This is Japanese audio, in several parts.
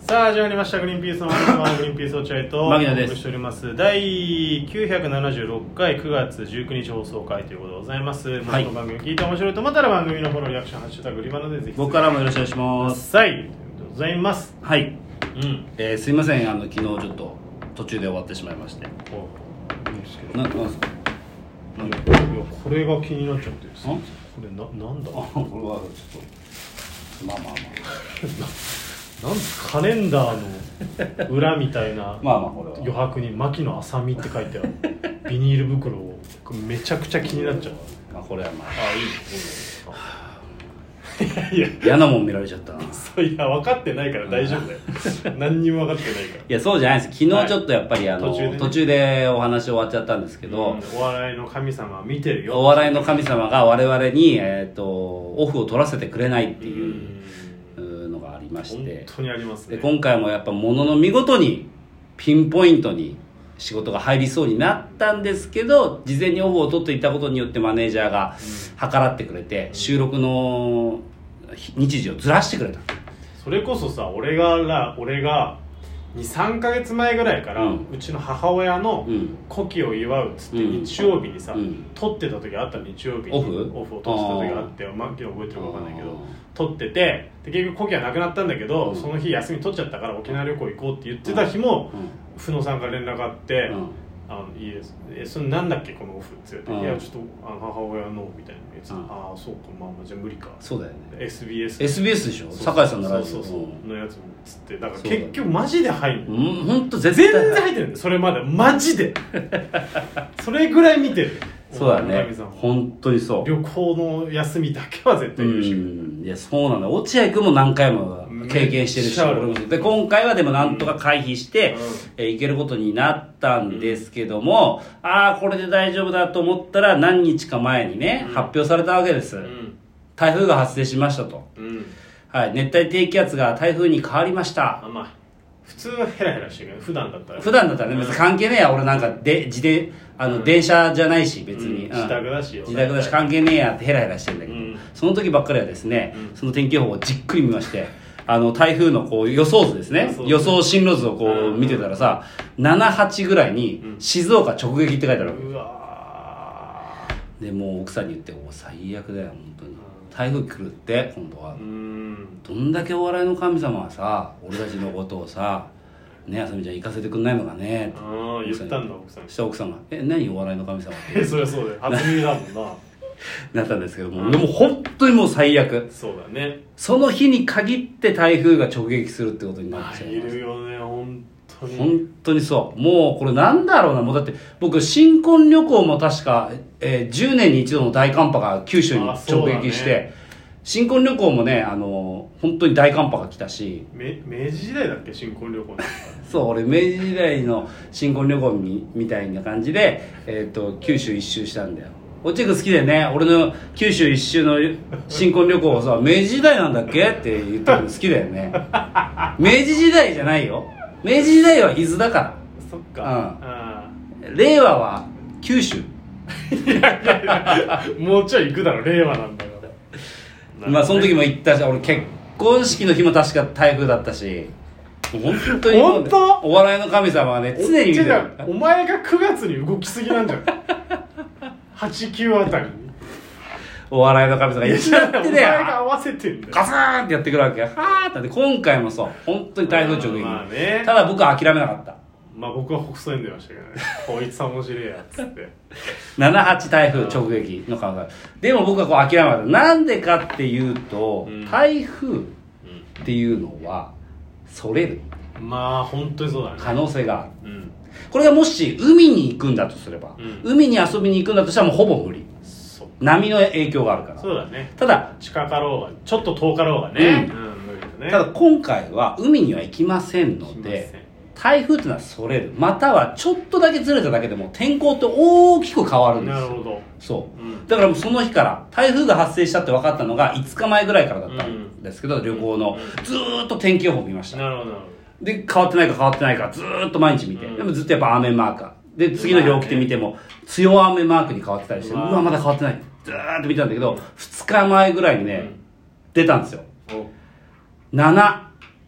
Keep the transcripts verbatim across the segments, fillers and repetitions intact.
さあ始まりましたグリーンピースのグリーンピース落合と牧野です。 お送りしておりますだいきゅうひゃくななじゅうろっかいくがつじゅうくにち放送回ということでございます、はい、この番組聞いて面白いと思ったら番組のフォローリアクションハッシュタググリバナでぜひ僕からもよろしくお願いしますはい、ありがとうございます。 はい、 うんえー、すいません、あの昨日ちょっと途中で終わってしまいまして。 おいいですけどな、なんですか。 いやいやこれが気になっちゃってですね。これな、なんだあ、これはちょっとまあまあまなんカレンダーの裏みたいなあまあまあこれは余白に牧野あさみって書いてあるビニール袋をめちゃくちゃ気になっちゃう。 まあこれはまああ、いいですね。いやいや嫌なもん見られちゃったな。 そういや分かってないから大丈夫だよ何にも分かってないから。 いやそうじゃないです。昨日ちょっとやっぱりあの、 はい、途中でね、 途中でお話終わっちゃったんですけど、 うん、お笑いの神様は見てるよ。 お笑いの神様が我々に、えー、とオフを取らせてくれないっていうのがありまして、 本当にありますね。 で今回もやっぱものの見事にピンポイントに仕事が入りそうになったんですけど、事前にオフを取っていたことによってマネージャーが計らってくれて、うん、収録の日時をずらしてくれた。 それこそさ、俺がら俺がにさんかげつまえぐらいから、うん、うちの母親の古希を祝うっつって日曜日にさ、うん、撮ってた時あった日曜日にオフオフを撮ってた時があって、マッキー覚えてるか分かんないけど撮ってて、で結局古希はなくなったんだけど、うん、その日休み取っちゃったから沖縄旅行行こうって言ってた日も、うん、ふのさんから連絡あって、うん、あのいいですえそれなんだっけこのオフって言って、うん、いやちょっとあの母親のみたいなやつ、うん、ああそうか、まあまあじゃあ無理か。 そうだよね。 エスビーエスエスビーエス でしょ、酒井さんのラジオ。 そうそうそうのやつもつって、だから結局マジで入るの。 うん、本当全然入ってるんだよそれまでマジでそれぐらい見てる。 そうだね、本当にそう。 旅行の休みだけは絶対許してくれる。 いやそうなんだ。落合君も何回も経験してるし、俺もで今回はでもなんとか回避して、うんえー、行けることになったんですけども、うん、ああこれで大丈夫だと思ったら何日か前にね、うん、発表されたわけです、うん、台風が発生しましたと、うんはい、熱帯低気圧が台風に変わりました。 あ、まあ、普通はヘラヘラしてるけど普段だったら普段だったらね、別に関係ねえや、俺なんかで自転あの、うん、電車じゃないし別に、 うん、自宅だしよ、 自宅だし関係ねえやってヘラヘラしてるんだけど、うん、その時ばっかりはですね、うん、その天気予報をじっくり見ましてあの台風のこう予想図ですね、予想進路図をこう見てたらさ、ななはちぐらいに静岡直撃って書いてあるわけ、うん、うわでもう奥さんに言って、もう最悪だよ本当に、台風来るって今度は、うん、どんだけお笑いの神様はさ俺たちのことをさね、あさみちゃん行かせてくんないのかねって。 ああ言ったんだ奥さん。 した奥さんがえ何お笑いの神様ってえそりゃそうだよ初耳だもんななったんですけども、うん、でも本当にもう最悪。 そうだね。 その日に限って台風が直撃するってことになっちゃう。 いるよね本当に。 本当にそう。もうこれなんだろうな、もうだって僕新婚旅行も確か、えー、じゅうねんに一度の大寒波が九州に直撃して。新婚旅行もね、あの本当に大寒波が来たし、 明治時代だっけ新婚旅行そう俺明治時代の新婚旅行 み, みたいな感じで、えー、と九州一周したんだよ。落合君好きでね、俺の九州一周の新婚旅行をさ明治時代なんだっけって言ってるの好きだよね明治時代じゃないよ、明治時代は伊豆だから。 そっか、 うん、令和は九州いやいやいやもうちょい行くだろ令和なんだよまあその時も行ったし、俺結婚式の日も確か台風だったし、本当に本当お笑いの神様はね常に見てる。 お前がくがつに動きすぎなんじゃんはち、きゅうあたりにお笑いの神様がやってねえ、お前が合わせてんだよ。 ガツーンってやってくるわけよ。はーって今回もそう本当に台風直撃、 まあね、 ただ僕は諦めなかった。 まあ僕は北斎に出ましたけどねこいつ面白いやつってななはち台風直撃の考えでも僕はこう諦めなかった。なんでかっていうと、うん、台風っていうのはそれる、 まあ本当にそうだね、 可能性がある、うん、これがもし海に行くんだとすれば、うん、海に遊びに行くんだとしたらもうほぼ無理。波の影響があるから。 そうだね。 ただ近かろうがちょっと遠かろうがね、うんうん、無理だね。 ただ今回は海には行きませんので、台風っていうのはそれる、またはちょっとだけずれただけでも天候って大きく変わるんですよ。 なるほど。 そう、うん、だからもうその日から台風が発生したって分かったのがいつかまえぐらいからだったんですけど、うん、旅行の、うん、ずーっと天気予報見ました。 なるほど。 で変わってないか変わってないかずーっと毎日見て、うん、でもずっとやっぱ雨マークで次の日起きてみても強雨マークに変わってたりして、うわまだ変わってないずーっと見てたんだけど、ふつかまえぐらいにね、うん、出たんですよ。なな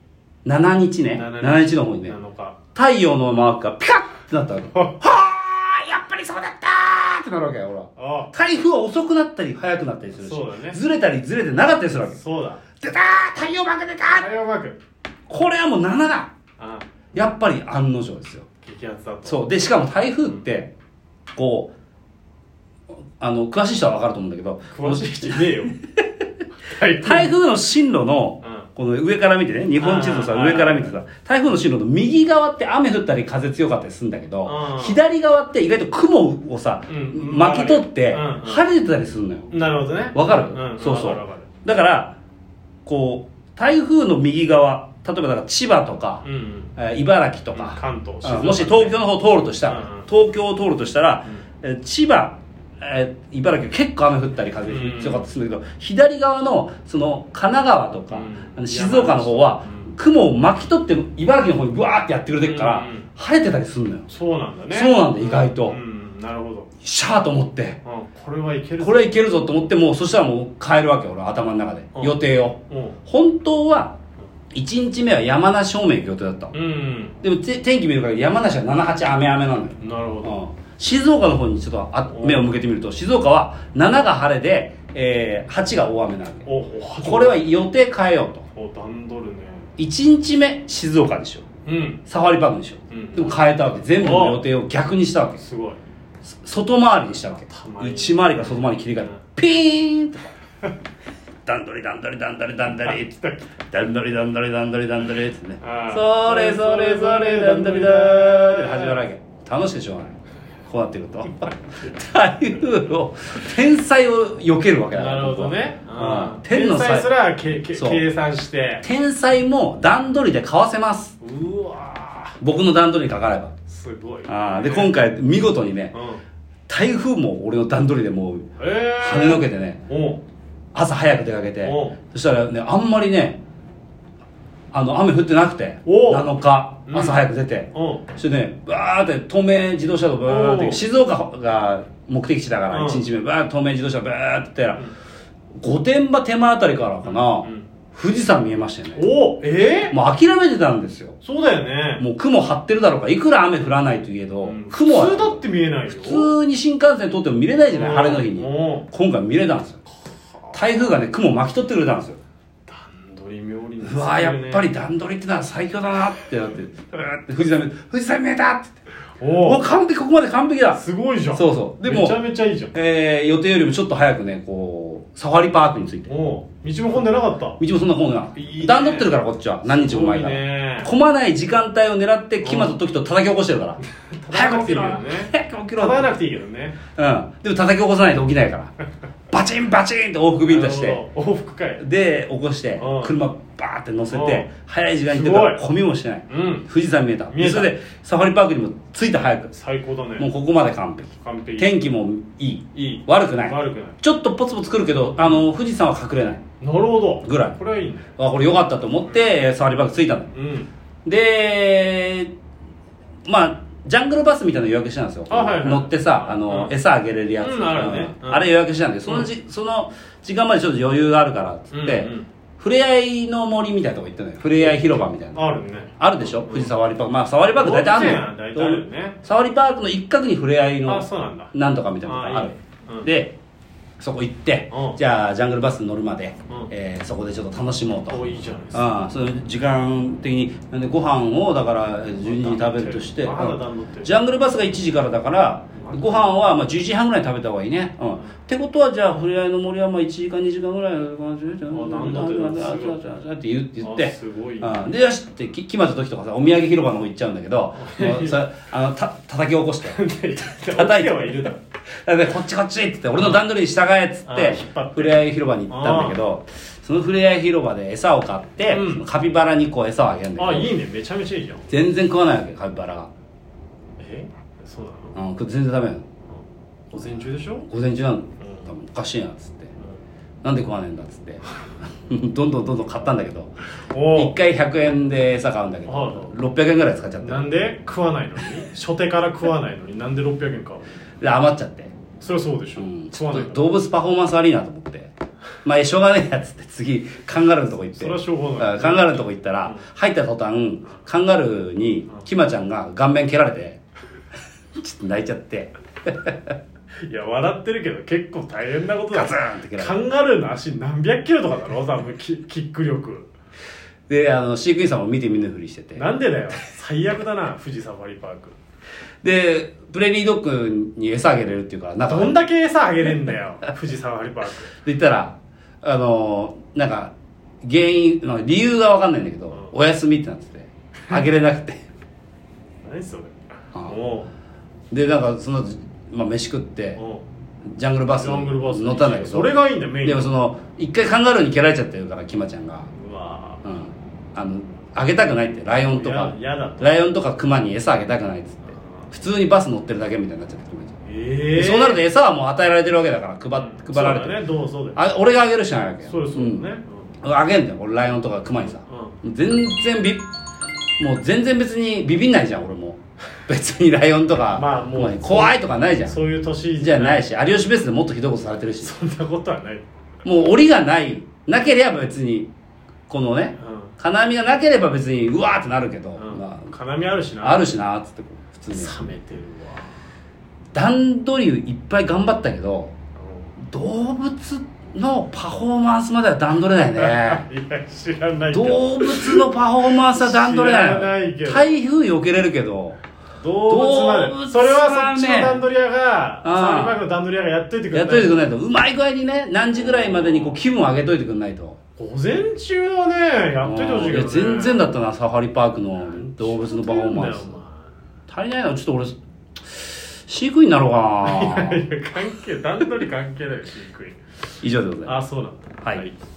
しちにちねしちにちの方にね太陽のマークがピカッってなったわけはあやっぱりそうだったーってなるわけよほら台風は遅くなったり早くなったりするしそうだ、ね、ずれたりずれてなかったりするわけそうだ出たー太陽マーク出たー太陽マークこれはもうななだああやっぱり案の定ですよ激アツだとそうでしかも台風ってこうあの詳しい人は分かると思うんだけど詳しい人いねえよ台風台風の進路の、うんこの上から見てね日本地図をさ上から見てさ台風の進路の右側って雨降ったり風強かったりするんだけど左側って意外と雲をさ、うん、巻き取って晴れてたりするのよなるほどねわかる、うん、そうそうだからこう台風の右側例えばだから千葉とか、うんうんえー、茨城とか、 うん、関東、 もし東京の方通るとしたら、うんうん、東京を通るとしたら、うんえー、千葉えー、茨城結構雨降ったり風強かったりするんだけど、うん、左側のその神奈川とか、うん、静岡の方は、うん、雲を巻き取って茨城の方にブワーってやってくれてるから、うん、晴れてたりするのよそうなんだねそうなんだ意外と、 うんうん、なるほどシャーと思って、 うん、これはいけるぞこれはいけるぞと思ってもうそしたらもう変えるわけ俺頭の中で、うん、予定を、うん、本当はいちにちめは山梨方面行く予定だった、うんうん、でも天気見るから山梨はななはち雨雨なんだよなるほど、うん静岡の方にちょっとあ目を向けてみると静岡はななが晴れで、えー、はちが大雨なわけおおこれは予定変えようとお段取るねいちにちめ静岡でしょ、うん、サファリパークでしょ、うん、でも変えたわけ全部の予定を逆にしたわけすごい外回りにしたわけ内回りから外回り切り替えて、うん、ピーンとか段取り段取り段取り段取り段取り段取り段取り段取りってねそれそれそれ段取りだーって始まるわけ楽しいでしょうがないこうなってくると台風を天才を避けるわけだなるほどね、うん、 天の才すらけけ計算して天才も段取りでかわせますうわ僕の段取りにかかればすごい、ね、 あで今回見事にね、うん、台風も俺の段取りでもう跳ねのけてね、えー、朝早く出かけてそしたらねあんまりねあの雨降ってなくてなのか朝早く出て、うん、そしてねバーって東名自動車道バーって静岡が目的地だからいちにちめバーって東名自動車バーってやったら御殿場手前あたりからかな、うん、富士山見えましたよねおえー、 もう諦めてたんですよそうだよねもう雲張ってるだろうからいくら雨降らないといえど、うん、雲は普通だって見えないよ普通に新幹線通っても見れないじゃない晴れの日に今回見れたんですよ台風がね雲巻き取ってくれたんですようわやっぱり段取りってのは最強だなってなって富士山富士山見えたって言っておお完璧ここまで完璧だすごいじゃんそうそうでもめちゃめちゃいいじゃん、 えー、予定よりもちょっと早くねこうサファリパークについてお道も混んでなかった道もそんな混んでない段取ってるからこっちは何日も前から混まない時間帯を狙って木松時と叩き起こしてるから早く起きろ早く起きろ叩かなくていいけどねうんでも叩き起こさないと起きないからバチンバチンって往復ビンタして往復かいで起こして車バーって乗せて早い時間に行ってたら混みもしてない、うん、富士山見えた見えたそれでサファリパークにも着いた早く最高だねもうここまで完璧完璧天気もいいいい悪くない悪くないちょっとポツポツ来るけどあの富士山は隠れないなるほどぐらいこれはいいねあこれ良かったと思って、うん、サファリパーク着いたの、うん、でまあジャングルバスみたいなの予約してたんですよ、はいはい、乗ってさあの、うん、餌あげれるやつ、 うんあるねうん、 あれ予約してたんでそのじ、うん、その時間までちょっと余裕があるからっつって、うんうん、ふれあいの森みたいなとこ行ったのよふれあい広場みたいなあるねあるでしょ、うん、富士サファリパークまあサファリパーク大体あるのよ大体あるよねサファリパークの一角にふれあいのあそうなんだなんとかみたいなのがあるあいい、うん、でそこ行って、うん、じゃあジャングルバスに乗るまで、うんえー、そこでちょっと楽しもうといいじゃないですかあその時間的になんでご飯をだからじゅうにじに食べるとして、うん、ジャングルバスがいちじからだからご飯はまあじゅうじはんぐらいに食べた方がいいね、うん、ってことはじゃあふれあいの森はまあいちじかんにじかんぐらいって言ってすごいあでよしって決まった時とかさお土産広場の方行っちゃうんだけどさあのた叩き起こして叩いてはいるだろでこっちこっちって言って俺の段取りに従えっつってふれあい広場に行ったんだけどそのふれあい広場で餌を買って、うん、カピバラにこう餌をあげるんだけどあいいねめちゃめちゃいいじゃん全然食わないわけカピバラがえそうなの、 うん、全然食べないの、うん、 午前中でしょ午前中なの、うん、多分おかしいなっつって、うん、なんで食わねえんだっつってどんどんどんどん買ったんだけどいっかいひゃくえんで餌買うんだけどろっぴゃくえんぐらい使っちゃってなんで食わないのに初手から食わないのになんでろっぴゃくえん買うで余っちゃってそりゃそうでしょ、うん、 ちょっと動物パフォーマンス悪いなと思ってまあしょうがねえやつって次カンガルーのとこ行って、 それはしょうがない。 カンガルーのとこ行ったら、うん、入った途端カンガルーにキマちゃんが顔面蹴られてちょっと泣いちゃっていや笑ってるけど結構大変なことだ。 ガツンって蹴られて、 カンガルーの足何百キロとかだろ多分キック力で、あの飼育員さんも見て見ぬふりしてて、 なんでだよ最悪だな富士サファリパークでプレーリードッグに餌あげれるっていうから、なんかどんだけ餌あげれんだよ富士サファリパークで言ったら、あのー、なんか原因の理由が分かんないんだけど、うん、お休みってなっててあげれなくて何それ。 おでなんかその、まあ、飯食ってジャングルバスに乗ったんだけど、 それがいいんだよメイン。 でもその一回カンガルーに蹴られちゃってるからキマちゃんが、 うわ、 うん、あのあげたくないって、ライオンとかライオンとかクマに餌あげたくないっつって、普通にバス乗ってるだけみたいになっちゃってキマちゃん、えー、そうなると餌はもう与えられてるわけだから配、配られてる、 そうだね、どうそうだよ、 あ俺があげるしかないわけよ。 そうですそうですね、 うん、あげんだよ俺ライオンとかクマにさ、うん、全然ビもう全然別にビビんないじゃん俺も別にライオンとか、まあ、もう怖いとかないじゃん。 そういう年じゃないし、有吉ベースでもっとひどいことされてるし、 そんなことはない。 もう檻がないなければ別にこのね、うん、金網がなければ別にうわーってなるけど、 うん、 まあ、 金網あるしなあるしなーっつって普通に冷めてるわ。 段取りいっぱい頑張ったけど、うん、動物のパフォーマンスまでは段取れないね。 いや知らないけど、 動物のパフォーマンスは段取れない。 知らないけど、 台風避けれるけど動物まで、ね、それはそっちの段取り屋がサファリパークの段取り屋がやっといてくれないやっといてくれないと、うまい具合にね何時ぐらいまでにこう気分を上げといてくれないと。 午前中はねやっといてほしいけどね。 全然だったなサファリパークの動物のパフォーマンス足りないの。ちょっと俺飼育員になろうかな。 いやいや関係段取り関係ないよ飼育員。 以上でございます。 あ、そうなんだ。 はい、 はい。